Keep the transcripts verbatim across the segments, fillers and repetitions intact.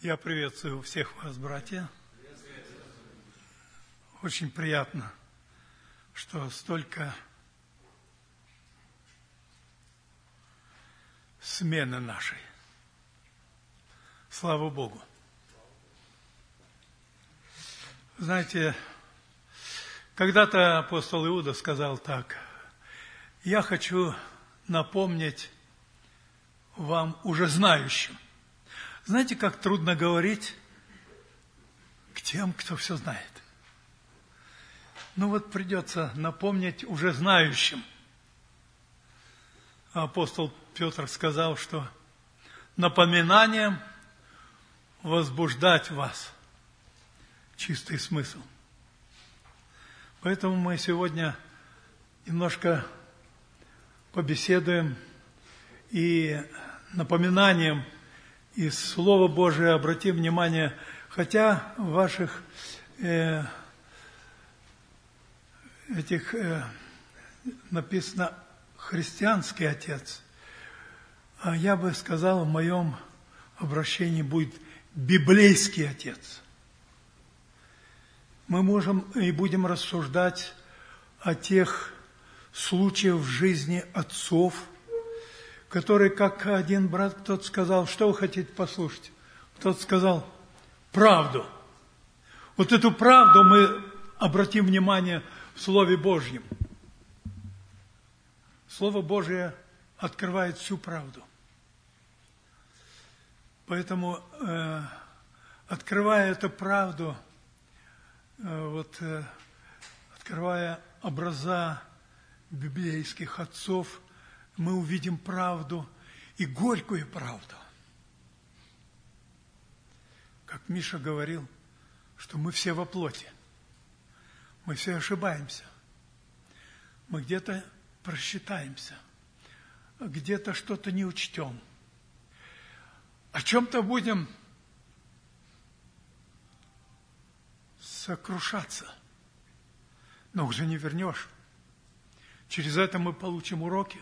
Я приветствую всех вас, братья. Очень приятно, что столько смены нашей. Слава Богу. Знаете, когда-то апостол Иуда сказал так: «Я хочу напомнить вам уже знающим». Знаете, как трудно говорить к тем, кто все знает. Ну вот придется напомнить уже знающим. Апостол Петр сказал, что напоминанием возбуждать вас. Чистый смысл. Поэтому мы сегодня немножко побеседуем и напоминанием из Слова Божия обратим внимание, хотя в ваших э, этих э, написано «христианский отец», а я бы сказал, в моем обращении будет «библейский отец». Мы можем и будем рассуждать о тех случаях в жизни отцов, которые, как один брат, кто-то сказал, что вы хотите послушать? Кто-то сказал, правду. Вот эту правду мы обратим внимание в Слове Божьем. Слово Божие открывает всю правду. Поэтому, э, открывая эту правду, э, вот, э, открывая образа библейских отцов, мы увидим правду и горькую правду. Как Миша говорил, что мы все во плоти. Мы все ошибаемся. Мы где-то просчитаемся. Где-то что-то не учтем. О чем-то будем сокрушаться. Но уже не вернешь. Через это мы получим уроки.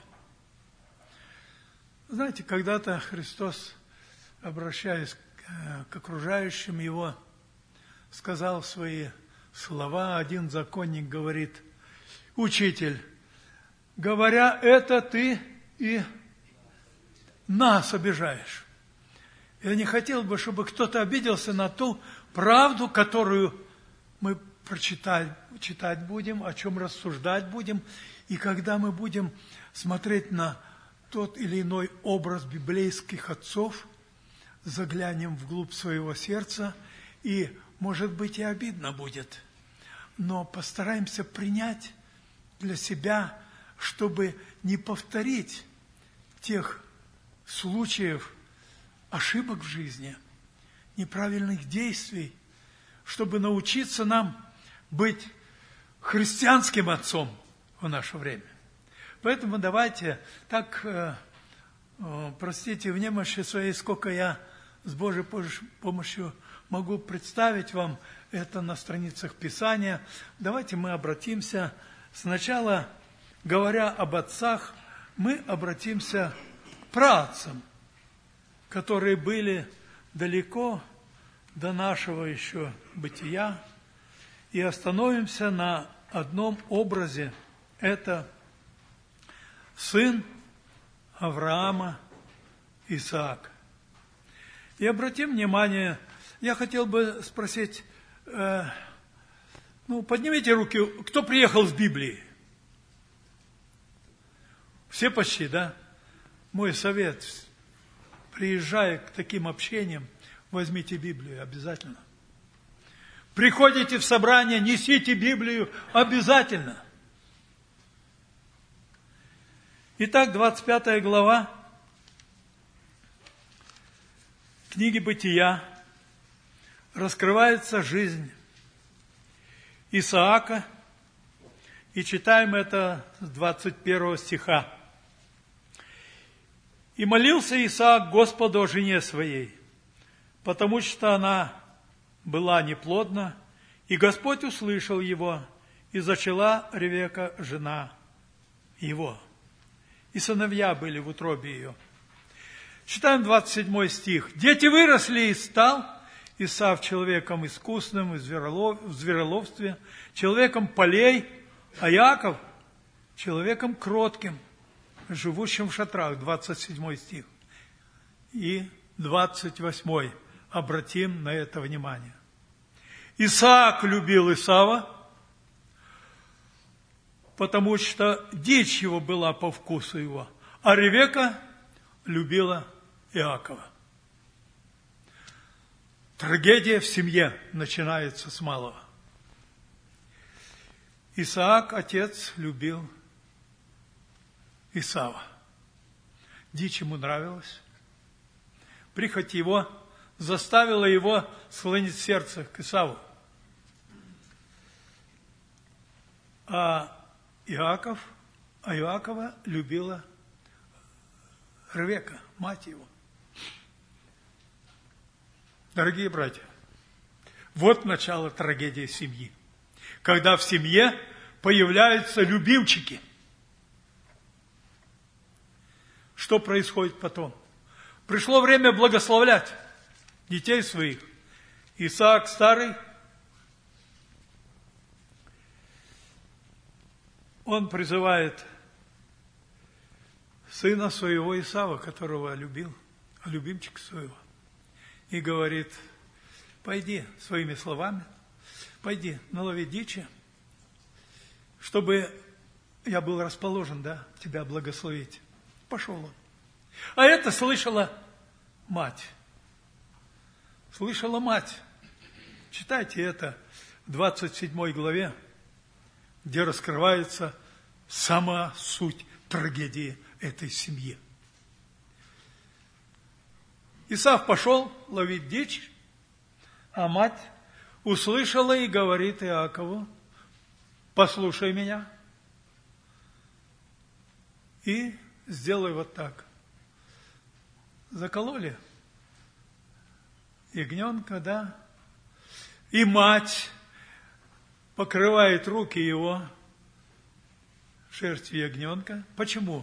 Знаете, когда-то Христос, обращаясь к окружающим Его, сказал свои слова. Один законник говорит: «Учитель, говоря это, ты и нас обижаешь». Я не хотел бы, чтобы кто-то обиделся на ту правду, которую мы прочитать, читать будем, о чем рассуждать будем. И когда мы будем смотреть на тот или иной образ библейских отцов, заглянем вглубь своего сердца, и, может быть, и обидно будет, но постараемся принять для себя, чтобы не повторить тех случаев, ошибок в жизни, неправильных действий, чтобы научиться нам быть христианским отцом в наше время. Поэтому давайте так, э, э, простите, в немощи своей, сколько я с Божьей помощью могу представить вам это на страницах Писания. Давайте мы обратимся. Сначала, говоря об отцах, мы обратимся к праотцам, которые были далеко до нашего еще бытия, и остановимся на одном образе. Это сын Авраама Исаак. И обратим внимание, я хотел бы спросить, э, ну, поднимите руки, кто приехал с Библией? Все почти, да? Мой совет, приезжая к таким общениям, возьмите Библию обязательно. Приходите в собрание, несите Библию обязательно. Итак, двадцать пятая глава книги Бытия раскрывается жизнь Исаака, и читаем это с двадцать первого стиха. «И молился Исаак Господу о жене своей, потому что она была неплодна, и Господь услышал его, и зачала Ревека, жена его. И сыновья были в утробе ее. Читаем двадцать седьмой стих. «Дети выросли, и стал Исав человеком искусным в звероловстве, человеком полей, а Иаков человеком кротким, живущим в шатрах». двадцать седьмой стих. И двадцать восьмой. Обратим на это внимание. Исаак любил Исава, потому что дичь его была по вкусу его, а Ревека любила Иакова. Трагедия в семье начинается с малого. Исаак, отец, любил Исава. Дичь ему нравилась. Прихоть его заставила его склонить сердце к Исаву. А Иаков, а Иакова любила Ревека, мать его. Дорогие братья, вот начало трагедии семьи. Когда в семье появляются любимчики. Что происходит потом? Пришло время благословлять детей своих. Исаак старый, он призывает сына своего Исава, которого любил, любимчик своего, и говорит: пойди своими словами, пойди налови дичи, чтобы я был расположен, да, тебя благословить. Пошел он. А это слышала мать. Слышала мать. Читайте это в двадцать седьмой главе, где раскрывается сама суть трагедии этой семьи. Исав пошел ловить дичь, а мать услышала и говорит Иакову: послушай меня и сделай вот так. Закололи ягненка, да, и мать покрывает руки его шерстью ягненка. Почему?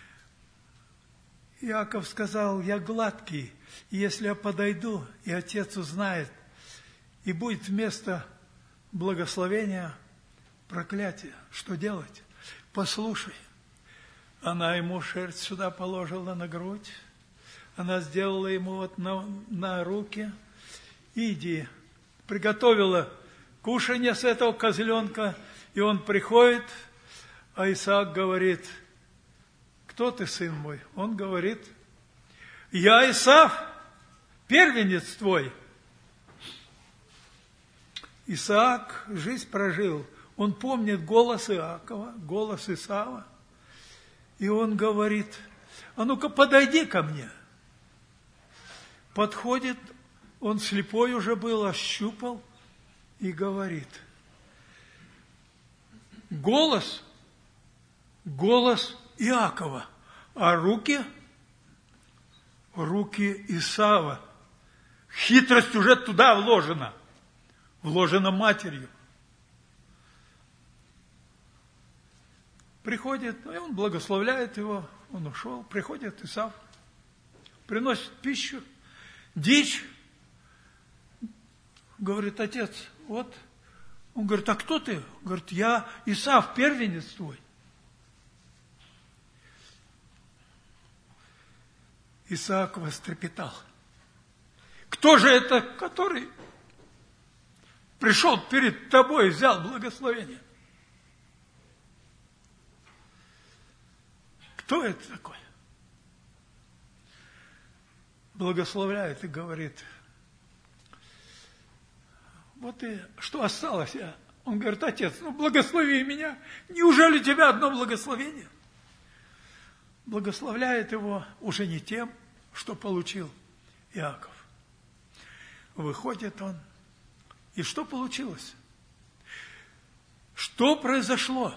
Иаков сказал: я гладкий, и если я подойду, и отец узнает, и будет вместо благословения проклятие, что делать? Послушай. Она ему шерсть сюда положила на грудь, она сделала ему вот на, на руки: иди. Приготовила кушанье с этого козленка, и он приходит, а Исаак говорит: кто ты, сын мой? Он говорит: я Исав, первенец твой. Исаак жизнь прожил, он помнит голос Иакова, голос Исава, и он говорит: а ну-ка подойди ко мне. Подходит, он слепой уже был, ощупал и говорит: голос, голос Иакова, а руки, руки Исава. Хитрость уже туда вложена, вложена матерью. Приходит, ну и он благословляет его, он ушел, приходит Исав, приносит пищу, дичь. Говорит: отец, вот. Он говорит: а кто ты? Говорит: я Исав, первенец твой. Исаак вострепетал. Кто же это, который пришел перед тобой и взял благословение? Кто это такой? Благословляет и говорит: вот и что осталось? Он говорит: отец, ну благослови меня. Неужели у тебя одно благословение? Благословляет его уже не тем, что получил Иаков. Выходит он. И что получилось? Что произошло?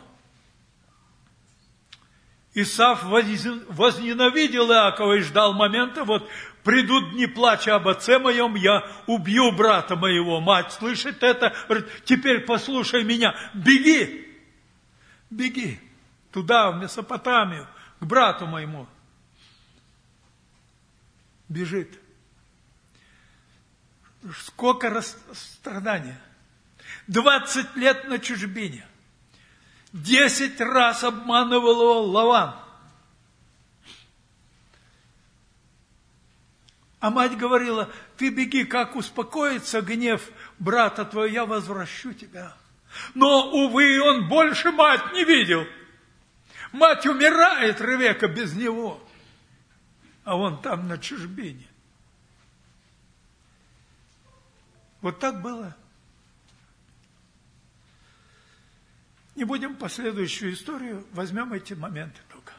Исав возненавидел Иакова и ждал момента: вот придут дни плача об отце моем, я убью брата моего. Мать слышит это, говорит: теперь послушай меня, беги, беги туда, в Месопотамию, к брату моему. бежит. Сколько страдания. Двадцать лет на чужбине. Десять раз обманывал его Лаван. А мать говорила: ты беги, как успокоится гнев брата твоего, я возвращу тебя. Но, увы, он больше мать не видел. Мать умирает, Ревека, без него. А он там на чужбине. Вот так было. Не будем последующую историю, возьмем эти моменты только.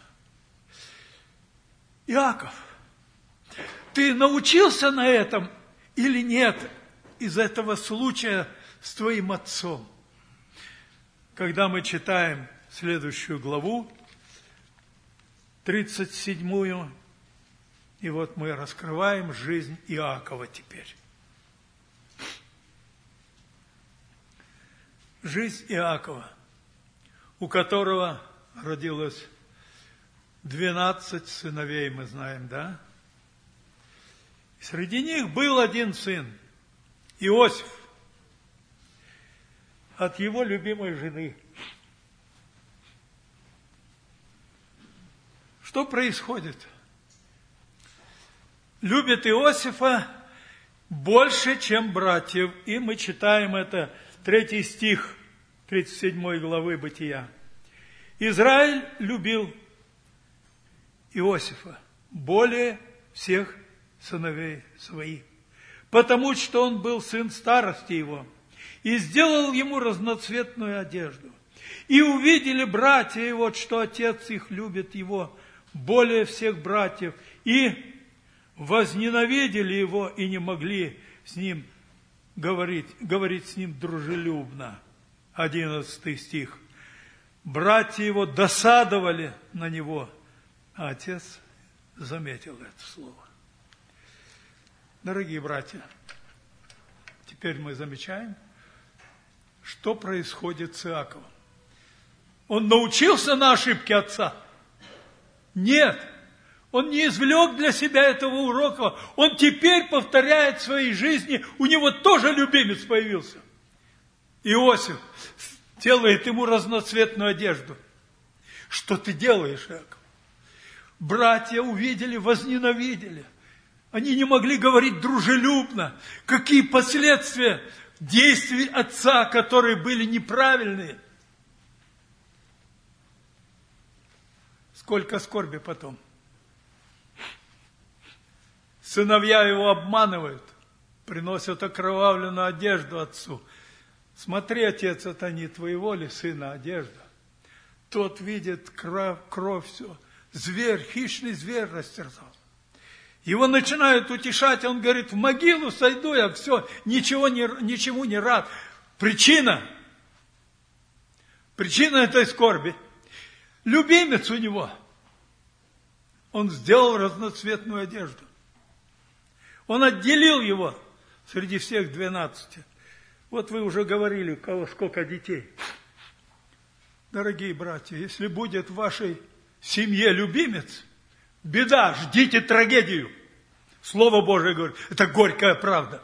Иаков, ты научился на этом или нет из этого случая с твоим отцом? Когда мы читаем следующую главу, тридцать седьмую, и вот мы раскрываем жизнь Иакова теперь. Жизнь Иакова, у которого родилось двенадцать сыновей, мы знаем, да? Среди них был один сын, Иосиф, от его любимой жены. Что происходит? Любит Иосифа больше, чем братьев. И мы читаем это, третий стих тридцать седьмой главы Бытия. Израиль любил Иосифа более всех сыновей своих, потому что он был сын старости его, и сделал ему разноцветную одежду. И увидели братья его, что отец их любит его более всех братьев, и возненавидели его, и не могли с ним говорить, говорить с ним дружелюбно. Одиннадцатый стих. Братья его досадовали на него, а отец заметил это слово. Дорогие братья, теперь мы замечаем, что происходит с Иаковом. Он научился на ошибке отца? Нет. Он не извлек для себя этого урока. Он теперь повторяет в своей жизни. У него тоже любимец появился. Иосиф делает ему разноцветную одежду. Что ты делаешь, Иаков? Братья увидели, возненавидели. Они не могли говорить дружелюбно. Какие последствия действий отца, которые были неправильные. Сколько скорби потом. Сыновья его обманывают, приносят окровавленную одежду отцу. Смотри, отец, это не твоего ли сына одежда? Тот видит кровь, кровь все. Зверь, хищный зверь растерзал. Его начинают утешать, он говорит: в могилу сойду я, все, ничего не, ничему не рад. Причина, причина этой скорби. Любимец у него. Он сделал разноцветную одежду. Он отделил его среди всех двенадцати. Вот вы уже говорили, у кого сколько детей. Дорогие братья, если будет в вашей семье любимец, беда, ждите трагедию. Слово Божие говорит, это горькая правда.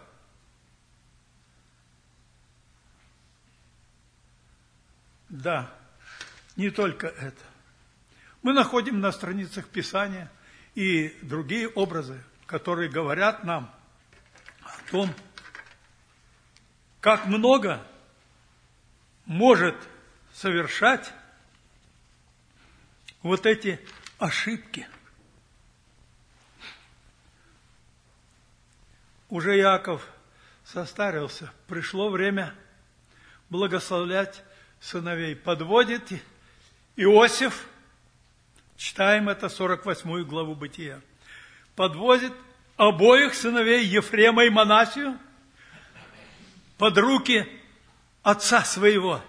Да, не только это. Мы находим на страницах Писания и другие образы, которые говорят нам о том, как много может совершать вот эти ошибки. Уже Иаков состарился, пришло время благословлять сыновей. Подводит Иосиф, читаем это сорок восьмую главу Бытия, подводит обоих сыновей Ефрема и Манасию под руки отца своего,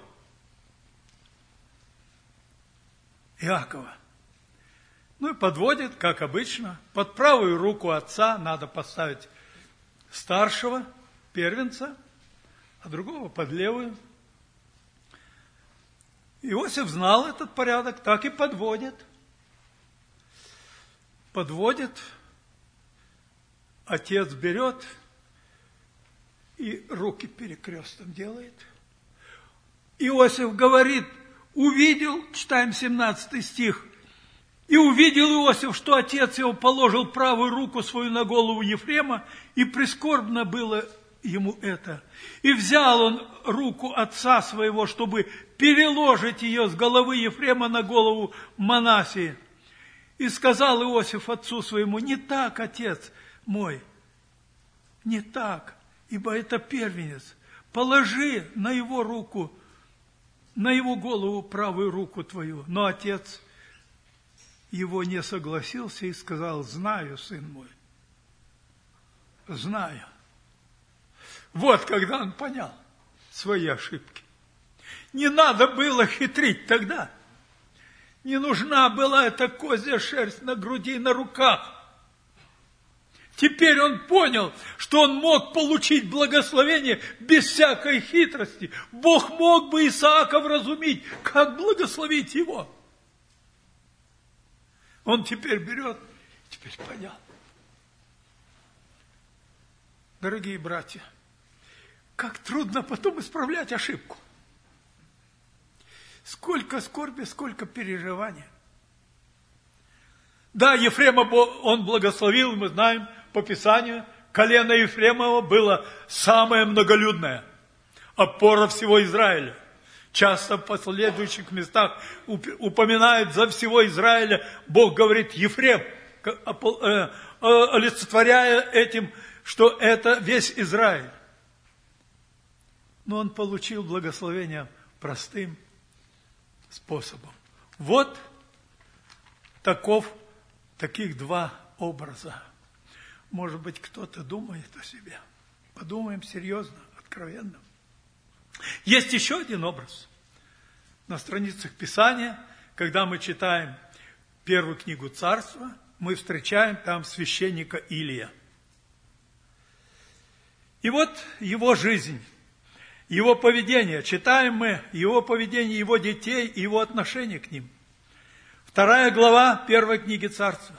Иакова. Ну и подводит, как обычно, под правую руку отца надо поставить старшего, первенца, а другого под левую. Иосиф знал этот порядок, так и подводит. Подводит отец берет и руки перекрестом делает. Иосиф говорит, увидел, читаем семнадцатый стих, и увидел Иосиф, что отец его положил правую руку свою на голову Ефрема, и прискорбно было ему это. И взял он руку отца своего, чтобы переложить ее с головы Ефрема на голову Манассии. И сказал Иосиф отцу своему, не так, отец мой, не так, ибо это первенец. Положи на его руку, на его голову правую руку твою. Но отец его не согласился и сказал, знаю, сын мой, знаю. Вот когда он понял свои ошибки. Не надо было хитрить тогда. Не нужна была эта козья шерсть на груди и на руках. Теперь он понял, что он мог получить благословение без всякой хитрости. Бог мог бы Исаака вразумить, как благословить его. Он теперь берет, теперь понял. Дорогие братья, как трудно потом исправлять ошибку. Сколько скорби, сколько переживаний. Да, Ефрема он благословил, мы знаем по Писанию, колено Ефремова было самое многолюдное, опора всего Израиля. Часто в последующих местах упоминают за всего Израиля, Бог говорит Ефрем, олицетворяя этим, что это весь Израиль. Но он получил благословение простым способом. Вот таков, таких два образа. Может быть, кто-то думает о себе. Подумаем серьезно, откровенно. Есть еще один образ. На страницах Писания, когда мы читаем первую книгу Царства, мы встречаем там священника Илия. И вот его жизнь, его поведение. Читаем мы его поведение, его детей и его отношение к ним. Вторая глава первой книги Царства.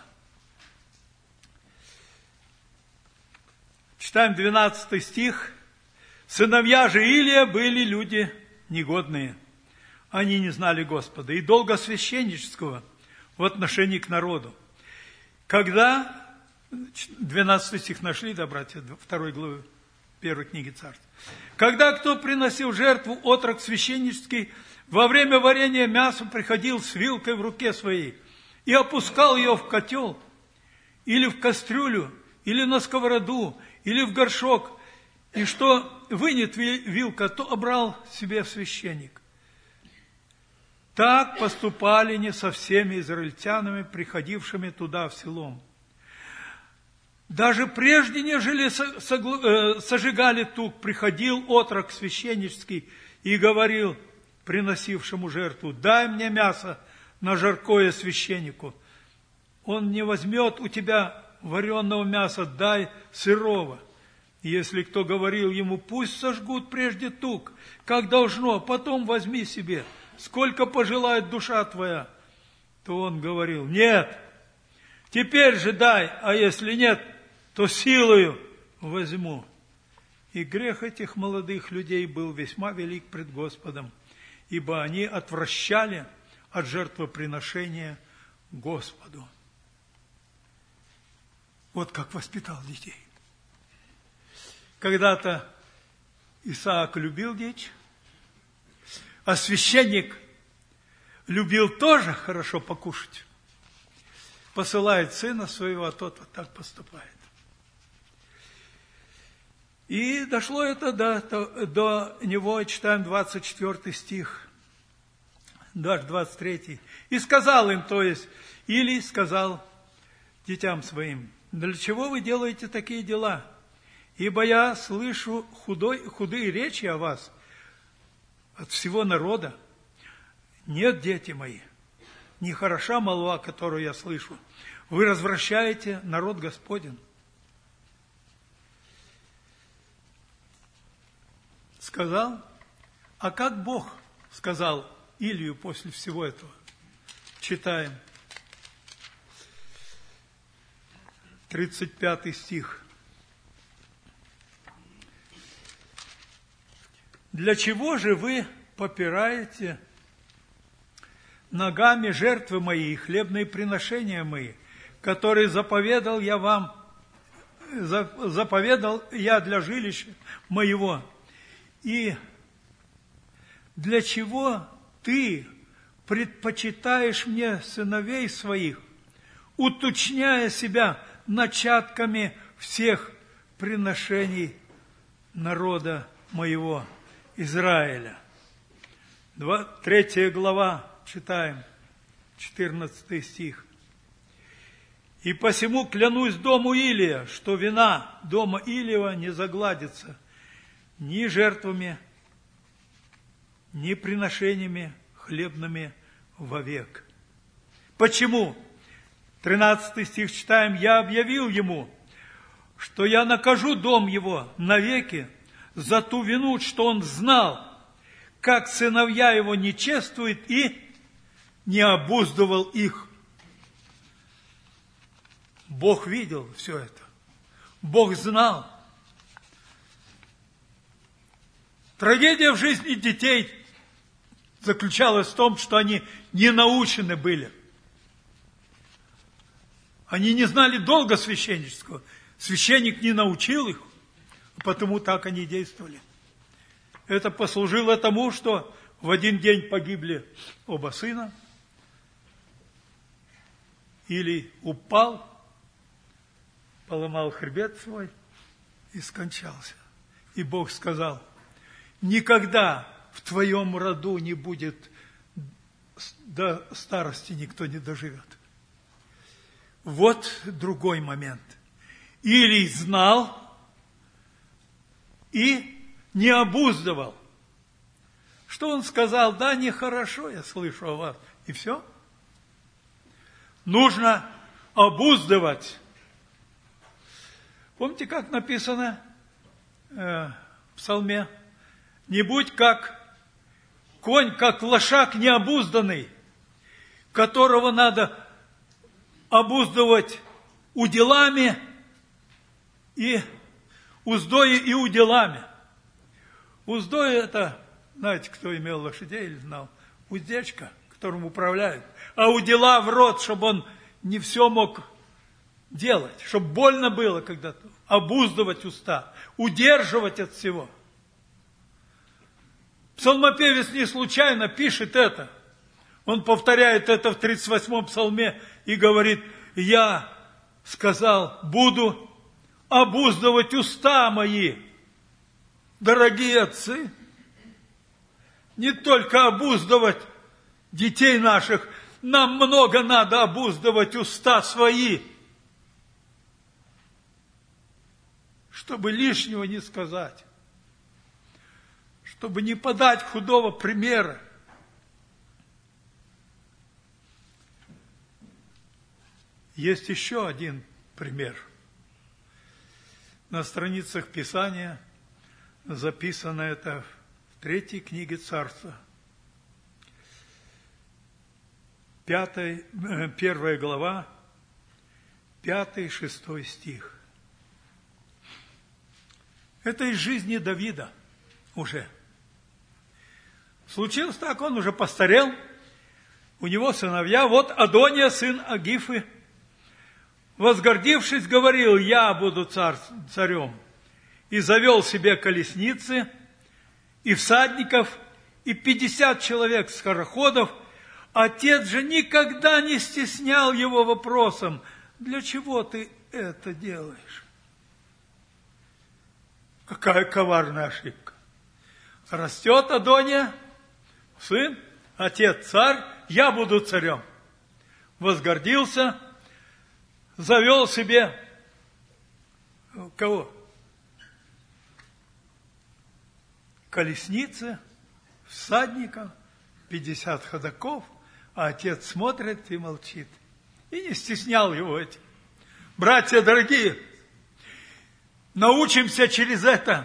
Читаем двенадцатый стих. Сыновья же Илия были люди негодные. Они не знали Господа. И долго священнического в отношении к народу. Когда, двенадцатый стих нашли, да, братья, второй главы первой книги Царств. Когда кто приносил жертву, отрок священнический, во время варения мяса приходил с вилкой в руке своей и опускал ее в котел, или в кастрюлю, или на сковороду, или в горшок, и что вынет вилка, то обрал себе священник. Так поступали не со всеми израильтянами, приходившими туда в селом. Даже прежде, нежели сожигали тук, приходил отрок священнический и говорил приносившему жертву: дай мне мясо на жаркое священнику. Он не возьмет у тебя вареного мяса, дай сырого. Если кто говорил ему: пусть сожгут прежде тук, как должно, потом возьми себе, сколько пожелает душа твоя, то он говорил: нет, теперь же дай, а если нет, то силою возьму. И грех этих молодых людей был весьма велик пред Господом, ибо они отвращали от жертвоприношения Господу. Вот как воспитал детей. Когда-то Исаак любил дичь, а священник любил тоже хорошо покушать. Посылает сына своего, а тот вот так поступает. И дошло это до, до, до него, читаем двадцать четвёртый стих, даже двадцать третий. И сказал им, то есть, или сказал детям своим: для чего вы делаете такие дела? Ибо я слышу худой, худые речи о вас от всего народа. Нет, дети мои, не хороша молва, которую я слышу. Вы развращаете народ Господень. Сказал, а как Бог сказал Илию после всего этого? Читаем. тридцать пятый стих. Для чего же вы попираете ногами жертвы мои и хлебные приношения мои, которые заповедал я вам, заповедал я для жилища моего? И для чего ты предпочитаешь мне сыновей своих, уточняя себя начатками всех приношений народа моего Израиля? Третья глава, читаем, четырнадцатый стих. И посему клянусь дому Илия, что вина дома Илиева не загладится ни жертвами, ни приношениями хлебными вовек. Почему? тринадцатый стих читаем. Я объявил ему, что я накажу дом его навеки за ту вину, что он знал, как сыновья его не чествуют и не обуздывал их. Бог видел все это. Бог знал. Трагедия в жизни детей заключалась в том, что они не научены были. Они не знали долга священнического. Священник не научил их, потому так они действовали. Это послужило тому, что в один день погибли оба сына. Или упал, поломал хребет свой и скончался. И Бог сказал: никогда в твоем роду не будет, до старости никто не доживет. Вот другой момент. Илий знал и не обуздывал. Что он сказал? Да, нехорошо, я слышу о вас. И все. Нужно обуздывать. Помните, как написано э, в Псалме? Не будь как конь, как лошак необузданный, которого надо обуздывать уделами и уздою и уделами. Уздой это, знаете, кто имел лошадей или знал, уздечка, которым управляют. А удила в рот, чтобы он не все мог делать, чтобы больно было когда-то. Обуздывать уста, удерживать от всего. Псалмопевец не случайно пишет это. Он повторяет это в тридцать восьмом псалме и говорит: я сказал, буду обуздывать уста мои. Дорогие отцы, не только обуздывать детей наших, нам много надо обуздывать уста свои, чтобы лишнего не сказать, чтобы не подать худого примера. Есть еще один пример. На страницах Писания записано это в третьей книге Царства. Пятая, первая глава, пятый, шестой стих. Это из жизни Давида уже. Случилось так, он уже постарел, у него сыновья. Вот Адония, сын Агифы, возгордившись, говорил: я буду царь, царем. И завел себе колесницы, и всадников, и пятьдесят человек скороходов. Отец же никогда не стеснял его вопросом: для чего ты это делаешь? Какая коварная ошибка. Растет Адония, сын, отец царь, я буду царем. Возгордился, завел себе кого? Колесницы, всадников, пятьдесят ходоков, а отец смотрит и молчит. И не стеснял его этим. Братья дорогие, научимся через это,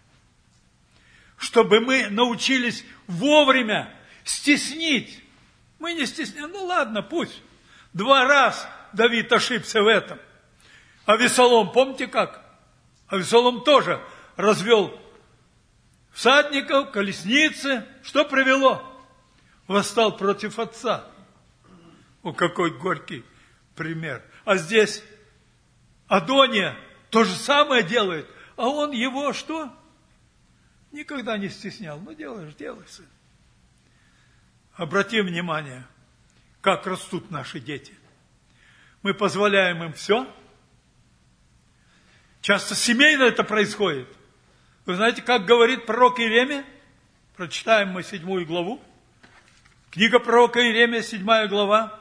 чтобы мы научились вовремя стеснить. Мы не стесняем, ну ладно, пусть. Два раза Давид ошибся в этом. Авесолом, помните как? Авесолом тоже развел всадников, колесницы. Что привело? Восстал против отца. О, какой горький пример. А здесь Адония то же самое делает, а он его что? Никогда не стеснял. Ну, делаешь, делай, сын. Обрати внимание, как растут наши дети. Мы позволяем им все. Часто семейно это происходит. Вы знаете, как говорит пророк Иеремия? Прочитаем мы седьмую главу. Книга пророка Иеремия, седьмая глава,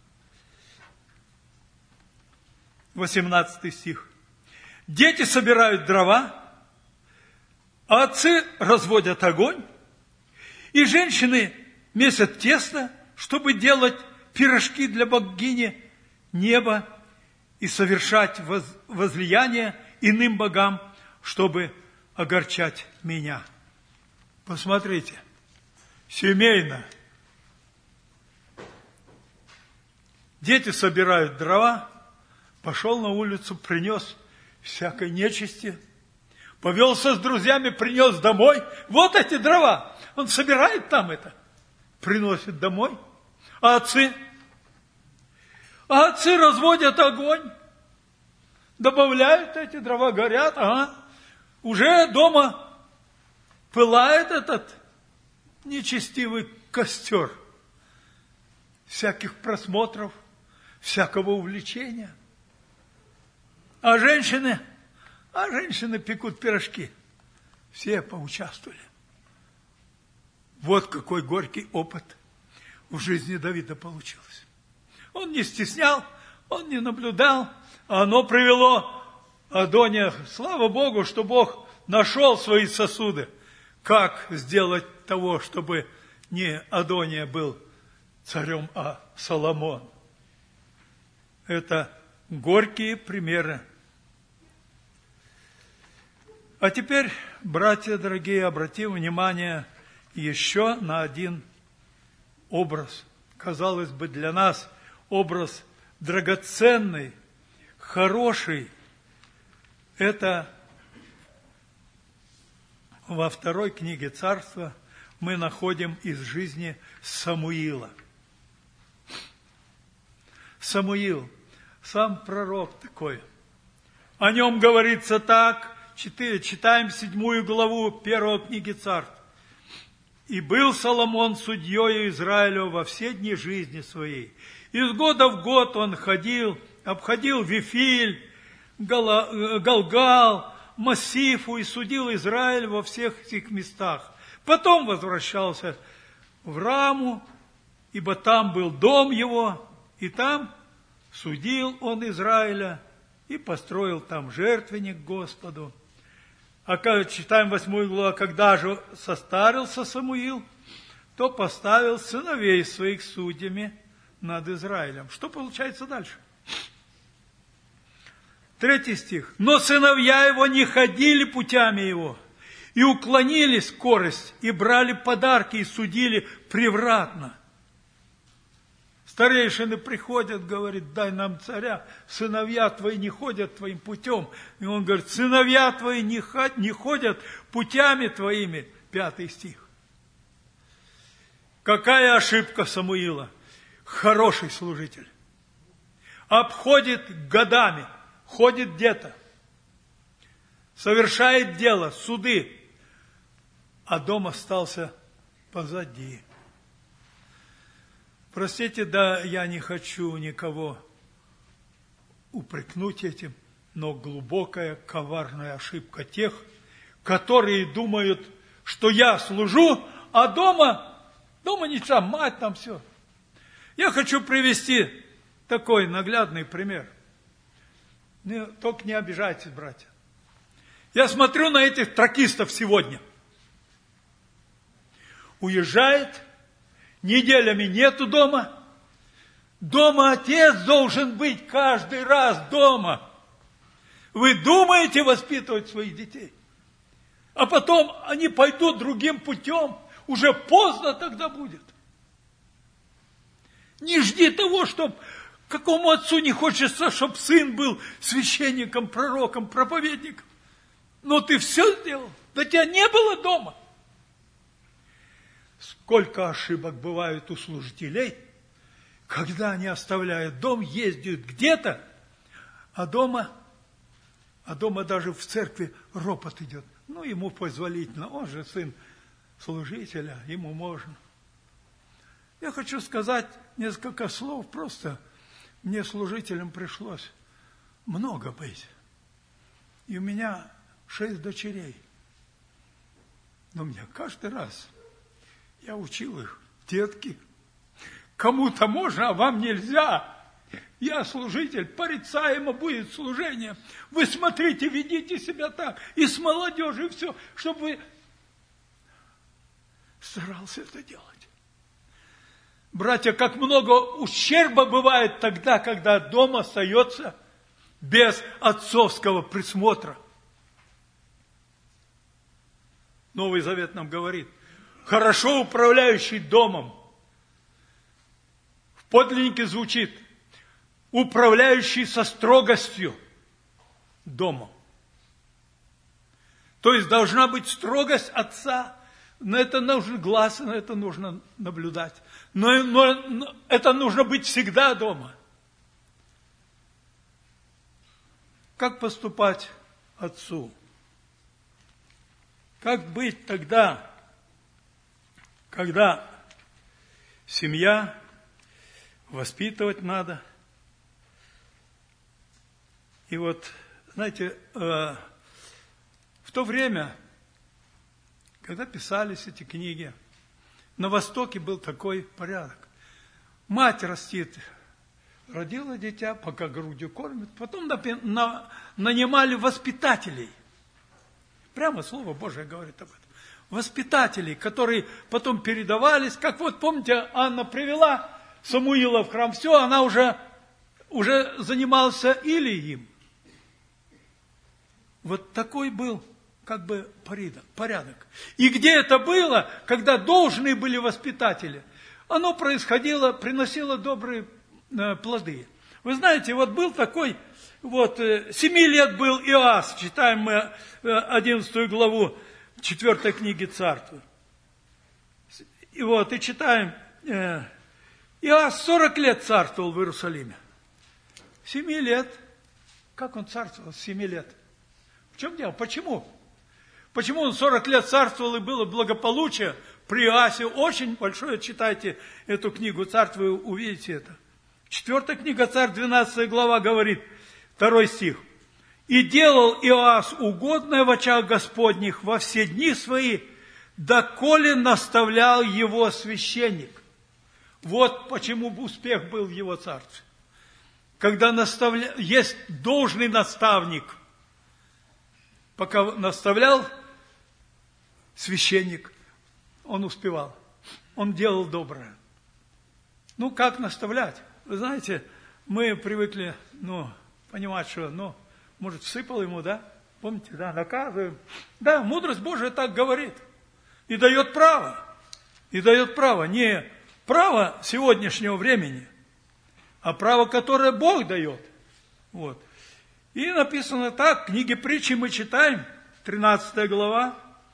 восемнадцатый стих. Дети собирают дрова, а отцы разводят огонь, и женщины месят тесто, чтобы делать пирожки для богини неба и совершать возлияние иным богам, чтобы огорчать меня. Посмотрите, семейно. Дети собирают дрова, пошел на улицу, принес всякой нечисти, повелся с друзьями, принес домой. Вот эти дрова. Он собирает там это, приносит домой. А отцы? А отцы разводят огонь, добавляют эти дрова, горят. Ага. Уже дома пылает этот нечестивый костер. Всяких просмотров, всякого увлечения. А женщины, а женщины пекут пирожки. Все поучаствовали. Вот какой горький опыт в жизни Давида получился. Он не стеснял, он не наблюдал, а оно привело Адония. Слава Богу, что Бог нашел свои сосуды. Как сделать того, чтобы не Адония был царем, а Соломон. Это горькие примеры. А теперь, братья дорогие, обратим внимание еще на один образ. Казалось бы, для нас образ драгоценный, хороший. Это во второй книге Царства мы находим из жизни Самуила. Самуил, сам пророк такой. О нем говорится так, читаем седьмую главу первой книги Царств. «И был Соломон судьей Израиля во все дни жизни своей. Из года в год он ходил, обходил Вифиль, Галгал, Массифу и судил Израиль во всех этих местах. Потом возвращался в Раму, ибо там был дом его, и там судил он Израиля и построил там жертвенник Господу». А когда читаем восьмую главу, когда же состарился Самуил, то поставил сыновей своих судьями над Израилем. Что получается дальше? Третий стих. «Но сыновья его не ходили путями его, и уклонились корость, и брали подарки, и судили превратно». Старейшины приходят, говорит, дай нам царя, сыновья твои не ходят твоим путем. И он говорит, сыновья твои не ходят путями твоими. Пятый стих. Какая ошибка Самуила? Хороший служитель. Обходит годами, ходит где-то, совершает дело, суды, а дом остался позади. Простите, да, я не хочу никого упрекнуть этим, но глубокая, коварная ошибка тех, которые думают, что я служу, а дома, дома ничего, мать там все. Я хочу привести такой наглядный пример. Не, только не обижайтесь, братья. Я смотрю на этих тракистов сегодня. Уезжает, неделями нету дома. Дома отец должен быть каждый раз дома. Вы думаете воспитывать своих детей? А потом они пойдут другим путем. Уже поздно тогда будет. Не жди того, чтобы какому отцу не хочется, чтобы сын был священником, пророком, проповедником. Но ты все сделал. Да тебя не было дома. сколько ошибок бывает у служителей, когда они оставляют дом, ездят где-то, а дома, а дома даже в церкви ропот идет. Ну, ему позволительно, он же сын служителя, ему можно. Я хочу сказать несколько слов, просто мне служителям пришлось много быть. И у меня шесть дочерей. Но мне каждый раз я учил их: детки, кому-то можно, а вам нельзя. Я служитель, порицаемо будет служение. Вы смотрите, ведите себя так. И с молодежью все, чтобы вы старался это делать. Братья, как много ущерба бывает тогда, когда дом остается без отцовского присмотра. Новый Завет нам говорит: хорошо управляющий домом. В подлиннике звучит: управляющий со строгостью домом. То есть должна быть строгость отца. На это нужен глаз, на это нужно наблюдать. Но, но, но это нужно быть всегда дома. Как поступать отцу? Как быть тогда, когда семья, воспитывать надо? И вот, знаете, в то время, когда писались эти книги, на Востоке был такой порядок. Мать растит, родила дитя, пока грудью кормит, потом нанимали воспитателей. Прямо Слово Божие говорит об этом. Воспитателей, которые потом передавались, как вот, помните, Анна привела Самуила в храм, все, она уже, уже занимался Илием. Вот такой был как бы порядок. И где это было, когда должны были воспитатели? Оно происходило, приносило добрые э, плоды. Вы знаете, вот был такой, вот, э, семи лет был Иоас, читаем мы э, одиннадцатую главу четвертой книги Царства. И вот, и читаем, э, Иоас сорок лет царствовал в Иерусалиме. Семи лет. Как он царствовал с семи лет? В чем дело? Почему? Почему он сорок лет царствовал и было благополучие при Иоасе? Очень большое, читайте эту книгу Царств, вы увидите это. Четвертая книга Царств, двенадцатая глава говорит, второй стих. «И делал Иоас угодное в очах Господних во все дни свои, доколе наставлял его священник». Вот почему успех был в его царстве. Когда наставля... есть должный наставник, пока наставлял священник, он успевал. Он делал доброе. Ну, как наставлять? Вы знаете, мы привыкли, ну, понимать, что, ну, может, всыпал ему, да? Помните, да, наказываем. Да, мудрость Божия так говорит. И дает право. И дает право. Не право сегодняшнего времени, а право, которое Бог дает. Вот. И написано так, в книге Притчи мы читаем, тринадцатая глава,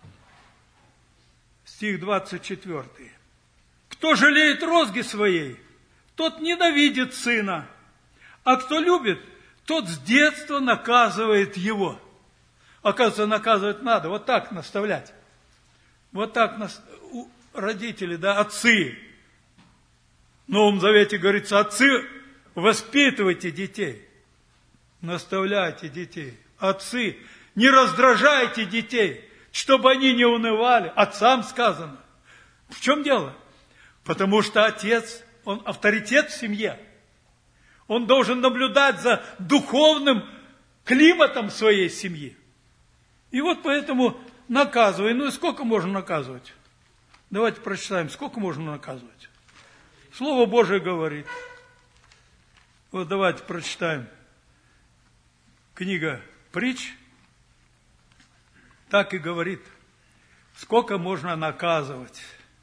стих двадцать четвёртый. «Кто жалеет розги своей, тот ненавидит сына, а кто любит, тот с детства наказывает его». Оказывается, наказывать надо, вот так наставлять. Вот так нас, родители, да, отцы. В Новом Завете говорится, отцы, воспитывайте детей. Наставляйте детей. Отцы, не раздражайте детей, чтобы они не унывали. Отцам сказано. В чем дело? Потому что отец, он авторитет в семье. Он должен наблюдать за духовным климатом своей семьи. И вот поэтому наказывай. Ну и сколько можно наказывать? Давайте прочитаем, сколько можно наказывать. Слово Божие говорит. Вот давайте прочитаем. Книга Притч так и говорит, сколько можно наказывать.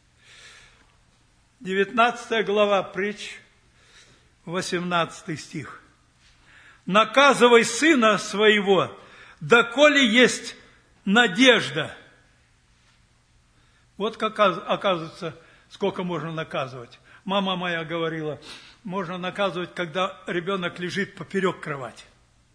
девятнадцатая глава Притч, восемнадцатый стих. «Наказывай сына своего, доколе есть надежда». Вот как оказывается, сколько можно наказывать. Мама моя говорила, можно наказывать, когда ребенок лежит поперек кровати.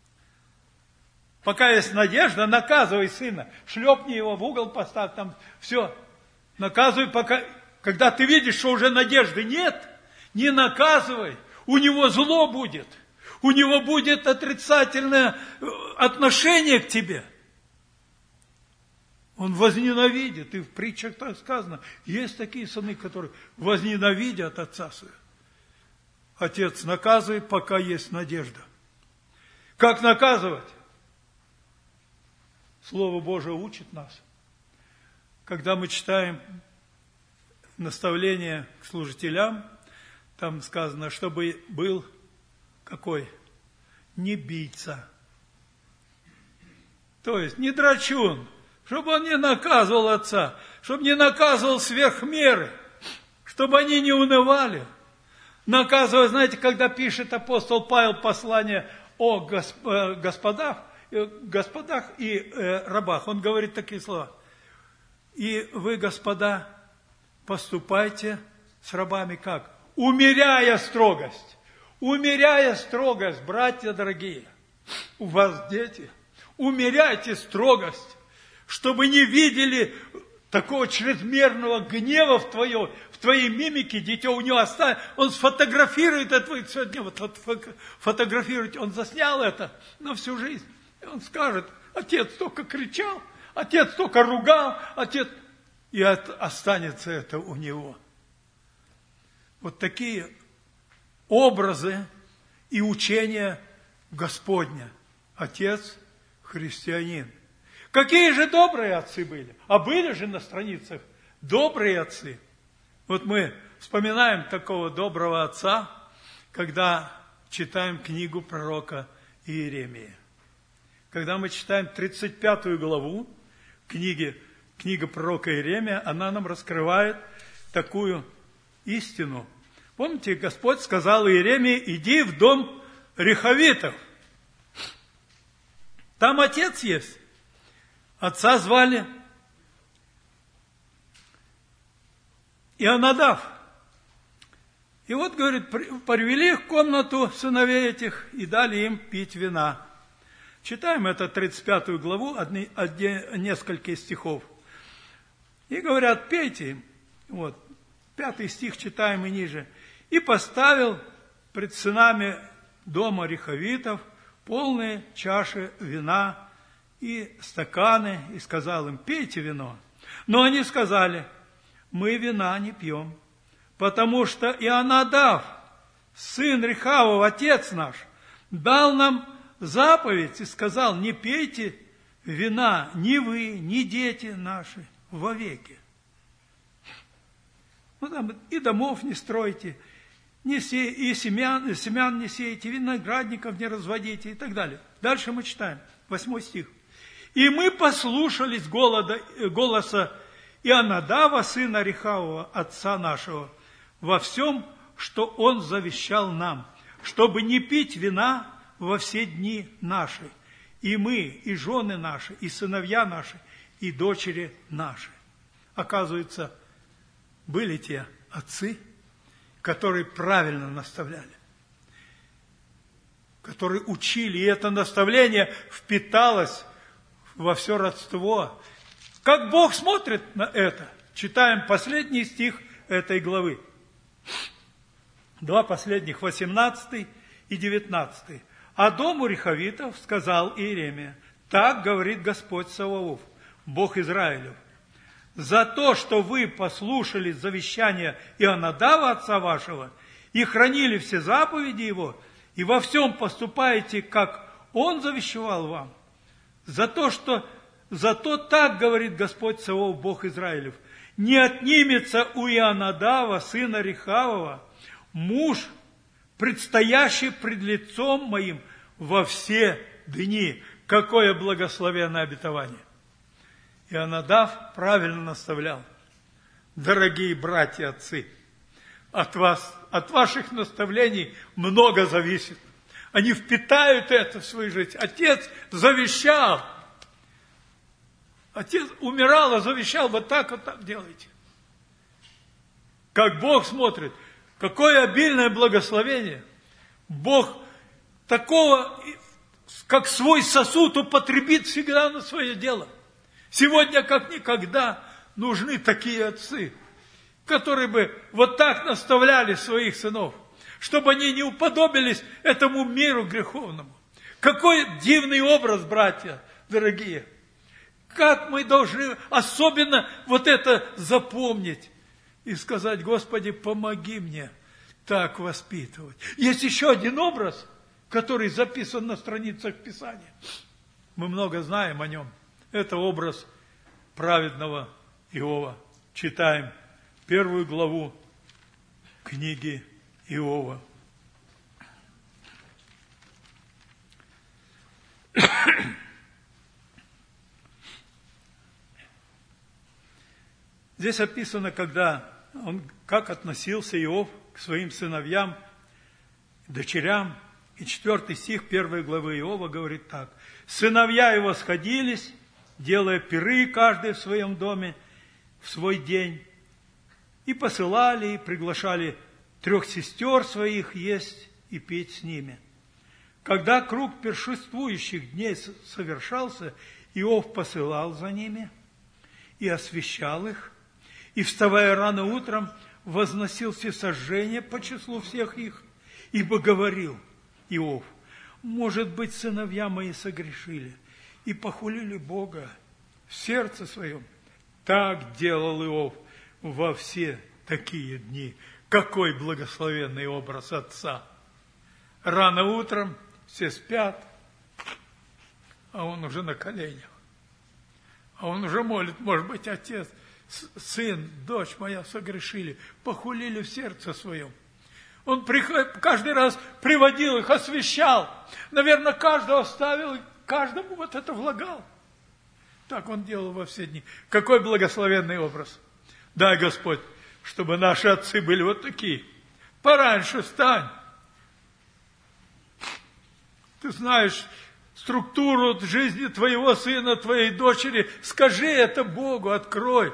Пока есть надежда, наказывай сына. Шлепни его в угол, поставь там. Все. Наказывай, пока... Когда ты видишь, что уже надежды нет, не наказывай. У него зло будет. У него будет отрицательное отношение к тебе. Он возненавидит. И в притчах так сказано. Есть такие сыны, которые возненавидят отца своего. Отец, наказывай, пока есть надежда. Как наказывать? Слово Божие учит нас. Когда мы читаем наставление к служителям, там сказано, чтобы был какой? Не бийца. То есть не драчун, чтобы он не наказывал отца, чтобы не наказывал сверх меры, чтобы они не унывали. Наказывая, знаете, когда пишет апостол Павел послание о господах, господах и э, рабах, он говорит такие слова. И вы, господа, поступайте с рабами как? Умеряя строгость. Умеряя строгость, братья дорогие. У вас дети. Умеряйте строгость, чтобы не видели такого чрезмерного гнева в, твое, в твоей мимике. Дитё у него оставит. Он сфотографирует это. Сегодня вот фотографирует. Он заснял это на всю жизнь. И он скажет, отец только кричал, отец только ругал, отец... И от, останется это у него. Вот такие образы и учения Господня. Отец христианин. Какие же добрые отцы были? А были же на страницах добрые отцы. Вот мы вспоминаем такого доброго отца, когда читаем книгу пророка Иеремии. Когда мы читаем тридцать пятую главу книги, книга пророка Иеремия, она нам раскрывает такую истину. Помните, Господь сказал Иеремии, иди в дом Рехавитов. Там отец есть. Отца звали Ионадав. И вот, говорит, привели их в комнату сыновей этих и дали им пить вина. Читаем это тридцать пятую главу, одни, одни, несколько стихов. И говорят, пейте. Вот, пятый стих читаем и ниже. И поставил пред сынами дома Рехавитов полные чаши вина и стаканы, и сказал им, пейте вино. Но они сказали, мы вина не пьем, потому что Ионадав, сын Рехавов, отец наш, дал нам заповедь и сказал, не пейте вина ни вы, ни дети наши вовеки. Ну, там, и домов не стройте, не се, и семян, семян не сеете, виноградников не разводите и так далее. Дальше мы читаем, восьмой стих. И мы послушались голода, голоса Ионадава, сына Рехавова, отца нашего, во всем, что он завещал нам, чтобы не пить вина во все дни наши, и мы, и жены наши, и сыновья наши, и дочери наши. Оказывается, были те отцы, которые правильно наставляли, которые учили, и это наставление впиталось во все родство. Как Бог смотрит на это? Читаем последний стих этой главы. Два последних, восемнадцатый и девятнадцатый. А дому Рехавитов сказал Иеремия, так говорит Господь Саваоф, Бог Израилев, за то, что вы послушали завещания Ионадава, отца вашего, и хранили все заповеди его, и во всем поступаете, как он завещевал вам, за то, что, зато так говорит Господь Саваоф, Бог Израилев, не отнимется у Ионадава, сына Рехавова, муж, предстоящий пред лицом моим во все дни. Какое благословенное обетование! Ионадав правильно наставлял. Дорогие братья, отцы, от вас, от ваших наставлений много зависит. Они впитают это в свою жизнь. Отец завещал. Отец умирал, а завещал, вот так, вот так делайте. Как Бог смотрит, какое обильное благословение. Бог такого, как свой сосуд, употребит всегда на свое дело. Сегодня, как никогда, нужны такие отцы, которые бы вот так наставляли своих сынов, чтобы они не уподобились этому миру греховному. Какой дивный образ, братья дорогие! Как мы должны особенно вот это запомнить и сказать: Господи, помоги мне так воспитывать. Есть еще один образ, который записан на страницах Писания. Мы много знаем о нем. Это образ праведного Иова. Читаем первую главу книги Иова. Здесь описано, когда он, как относился Иов к своим сыновьям, дочерям. И четвертый стих первой главы Иова говорит так. «Сыновья его сходились, делая пиры каждый в своем доме в свой день, и посылали, и приглашали трех сестер своих есть и петь с ними. Когда круг пиршествующих дней совершался, Иов посылал за ними и освящал их, и, вставая рано утром, возносил всесожжение по числу всех их, ибо говорил Иов: может быть, сыновья мои согрешили и похулили Бога в сердце своем. Так делал Иов во все такие дни». Какой благословенный образ отца! Рано утром все спят, а он уже на коленях. А он уже молит: может быть, отец, сын, дочь моя согрешили, похулили в сердце своем. Он каждый раз приводил их, освящал. Наверное, каждого ставил, каждому вот это влагал. Так он делал во все дни. Какой благословенный образ! Дай, Господь, чтобы наши отцы были вот такие. Пораньше встань. Ты знаешь структуру жизни твоего сына, твоей дочери. Скажи это Богу, открой,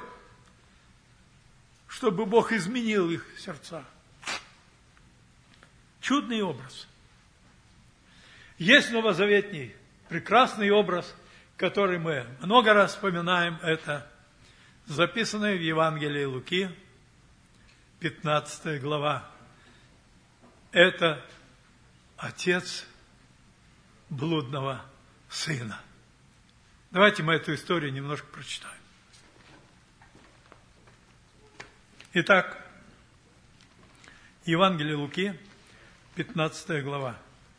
чтобы Бог изменил их сердца. Чудный образ. Есть новозаветний прекрасный образ, который мы много раз вспоминаем. Это записанное в Евангелии Луки, пятнадцатая глава. Это отец блудного сына. Давайте мы эту историю немножко прочитаем. Итак, Евангелие Луки, пятнадцатая глава.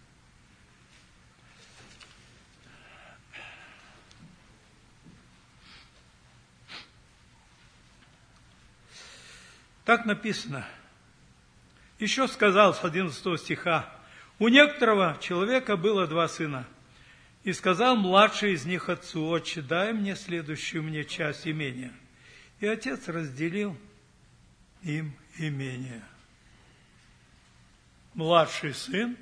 Так написано. Еще сказал с одиннадцатого стиха: у некоторого человека было два сына, и сказал младший из них отцу: отче, дай мне следующую мне часть имения. И отец разделил им имение. Младший сын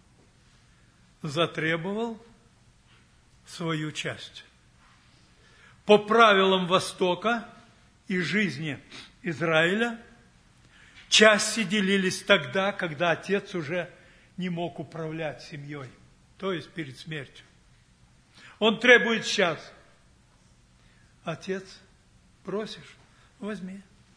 затребовал свою часть. По правилам Востока и жизни Израиля, части делились тогда, когда отец уже не мог управлять семьей, то есть перед смертью. Он требует сейчас. Отец, просишь, возьми.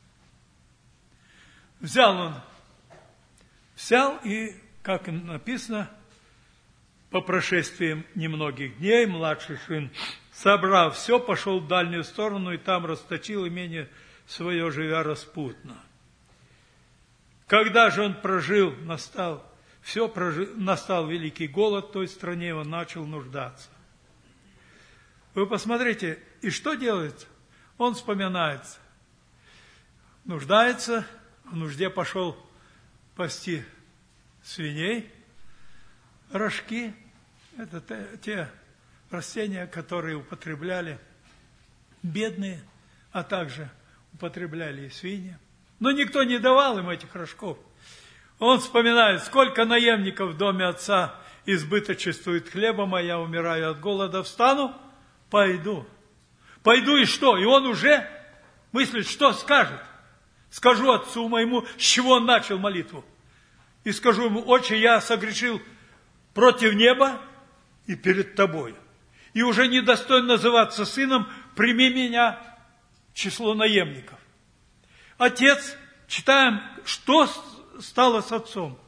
Взял он, взял и, как написано, по прошествии немногих дней младший сын, собрав все, пошел в дальнюю сторону и там расточил имение свое, живя распутно. Когда же он прожил, настал, все прожил, настал великий голод в той стране, он начал нуждаться. Вы посмотрите, и что делает? Он вспоминается. Нуждается, в нужде пошел пасти свиней, рожки. Это те растения, которые употребляли бедные, а также употребляли и свиньи. Но никто не давал им этих рожков. Он вспоминает, сколько наемников в доме отца избыточествует хлебом, а я умираю от голода. Встану, пойду. Пойду и что? И он уже мыслит, что скажет. Скажу отцу моему, с чего он начал молитву. И скажу ему: Отче, я согрешил против неба и перед тобой. И уже недостоин называться сыном, прими меня в число наемников. Отец, читаем, что стало с отцом.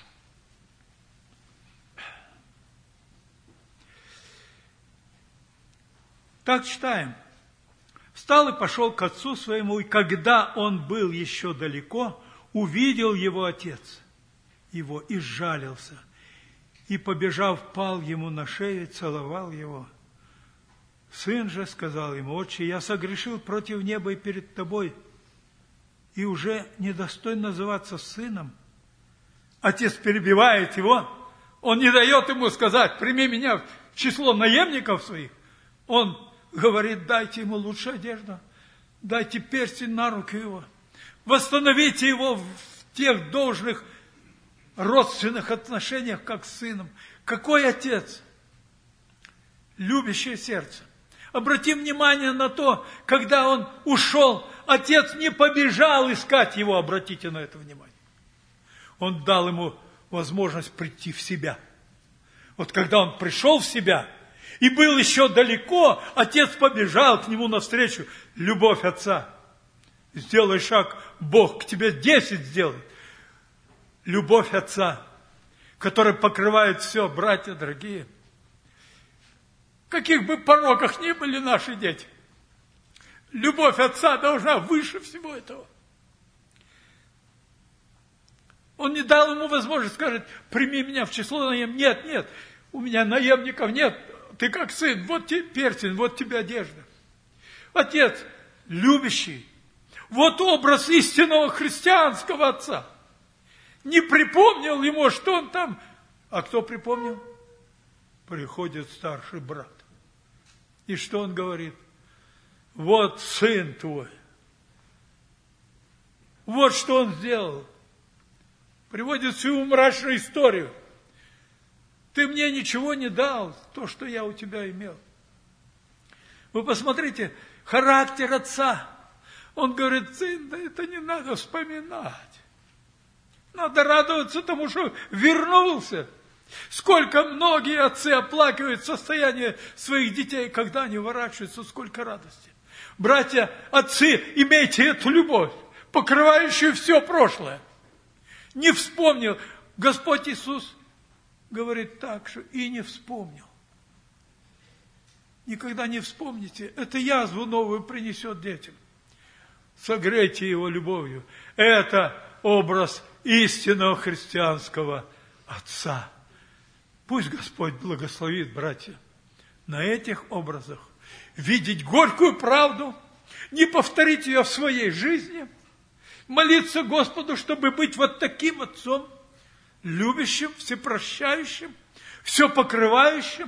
Так читаем. Встал и пошел к отцу своему, и когда он был еще далеко, увидел его отец его и сжалился, и, побежав, пал ему на шею и целовал его. Сын же сказал ему: Отче, я согрешил против неба и перед тобой, и уже недостоин называться сыном. Отец перебивает его, он не дает ему сказать: прими меня в число наемников своих. Он говорит: дайте ему лучшую одежду, дайте перстень на руки его, восстановите его в тех должных родственных отношениях, как с сыном. Какой отец? Любящее сердце. Обратим внимание на то, когда он ушел, отец не побежал искать его, обратите на это внимание. Он дал ему возможность прийти в себя. Вот когда он пришел в себя и был еще далеко, отец побежал к нему навстречу. Любовь отца. Сделай шаг, Бог к тебе десять сделает. Любовь отца, которая покрывает все, братья дорогие. В каких бы пороках ни были наши дети, любовь отца должна выше всего этого. Он не дал ему возможность сказать: прими меня в число наемников. Нет, нет, у меня наемников нет. Ты как сын, вот тебе перстень, вот тебе одежда. Отец любящий. Вот образ истинного христианского отца. Не припомнил ему, что он там. А кто припомнил? Приходит старший брат. И что он говорит? Вот сын твой. Вот что он сделал. Приводит всю мрачную историю. Ты мне ничего не дал, то, что я у тебя имел. Вы посмотрите, характер отца. Он говорит: сын, да это не надо вспоминать. Надо радоваться тому, что вернулся. Сколько многие отцы оплакивают состояние своих детей, когда они ворачиваются, сколько радости. Братья, отцы, имейте эту любовь, покрывающую все прошлое. Не вспомнил. Господь Иисус говорит так, что и не вспомнил. Никогда не вспомните. Это язву новую принесет детям. Согрейте его любовью. Это образ истинного христианского отца. Пусть Господь благословит, братья, на этих образах видеть горькую правду, не повторить ее в своей жизни, молиться Господу, чтобы быть вот таким отцом, любящим, всепрощающим, все покрывающим.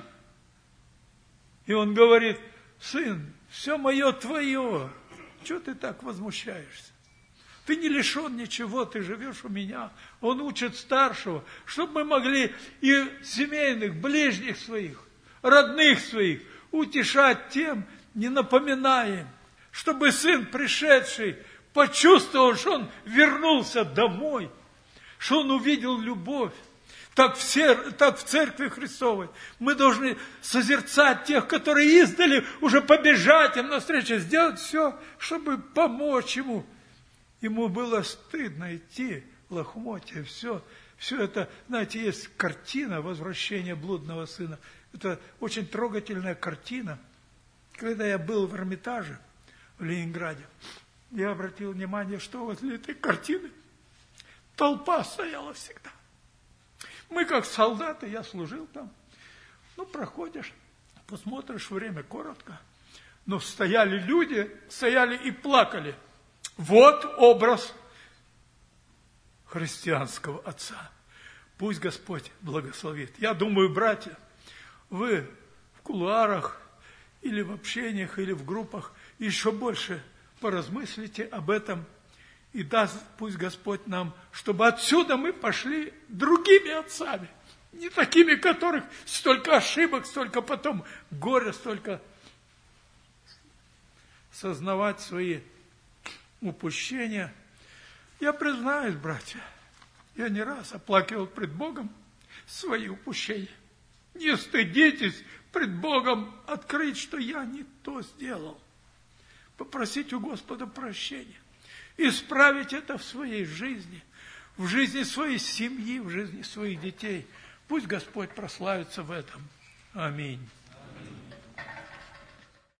И он говорит: сын, все мое твое, чего ты так возмущаешься? Ты не лишен ничего, ты живешь у меня. Он учит старшего, чтобы мы могли и семейных, ближних своих, родных своих утешать тем, не напоминая им, чтобы сын, пришедший, почувствовал, что он вернулся домой, что он увидел любовь. Так в, сер... так в Церкви Христовой мы должны созерцать тех, которые издали, уже побежать им навстречу, сделать все, чтобы помочь ему. Ему было стыдно идти, лохмотья, все. Все это, знаете, есть картина возвращения блудного сына. Это очень трогательная картина. Когда я был в Эрмитаже в Ленинграде, я обратил внимание, что возле этой картины толпа стояла всегда. Мы как солдаты, я служил там. Ну, проходишь, посмотришь, время коротко. Но стояли люди, стояли и плакали. Вот образ христианского отца. Пусть Господь благословит. Я думаю, братья, вы в кулуарах или в общениях, или в группах еще больше поразмыслите об этом. И даст пусть Господь нам, чтобы отсюда мы пошли другими отцами. Не такими, которых столько ошибок, столько потом горя, столько сознавать свои упущения. Я признаюсь, братья, я не раз оплакивал пред Богом свои упущения. Не стыдитесь пред Богом открыть, что я не то сделал. Попросить у Господа прощения. Исправить это в своей жизни, в жизни своей семьи, в жизни своих детей. Пусть Господь прославится в этом. Аминь.